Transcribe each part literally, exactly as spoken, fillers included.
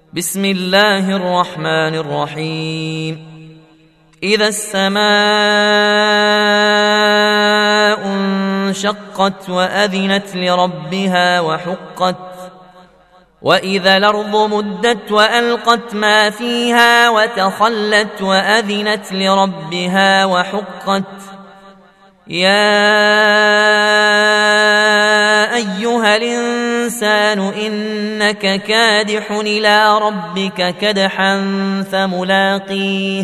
بسم الله الرحمن الرحيم. إذا السماء انشقت وأذنت لربها وحقت وإذا الأرض مدت وألقت ما فيها وتخلت وأذنت لربها وحقت يا أيها الإنسان إنك كادح إلى ربك كدحا فملاقيه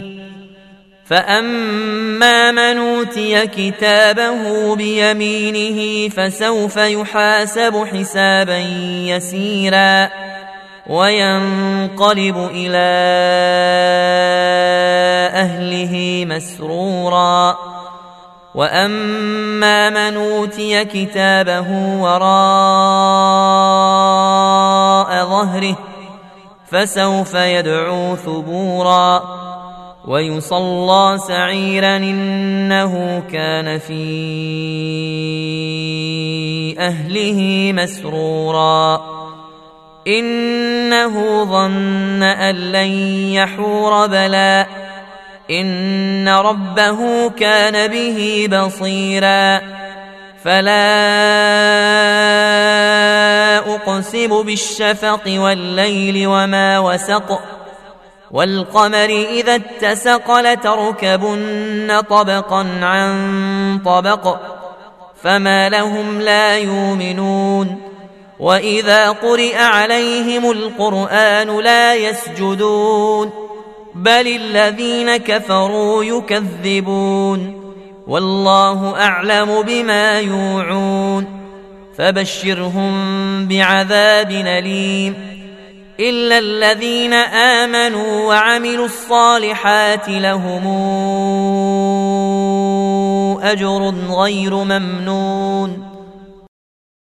فأما من أوتي كتابه بيمينه فسوف يحاسب حسابا يسيرا وينقلب إلى أهله مسرورا وأما من أوتي كتابه وراء ظهره فسوف يدعو ثبورا ويصلى سعيرا إنه كان في أهله مسرورا إنه ظن أن لن يحور بلى إن ربه كان به بصيرا فلا أقسم بالشفق والليل وما وسق والقمر إذا اتسق لتركبن طبقا عن طبق فما لهم لا يؤمنون وإذا قرئ عليهم القرآن لا يسجدون بل الذين كفروا يكذبون والله أعلم بما يوعون فبشرهم بعذاب أليم إلا الذين آمنوا وعملوا الصالحات لهم أجر غير ممنون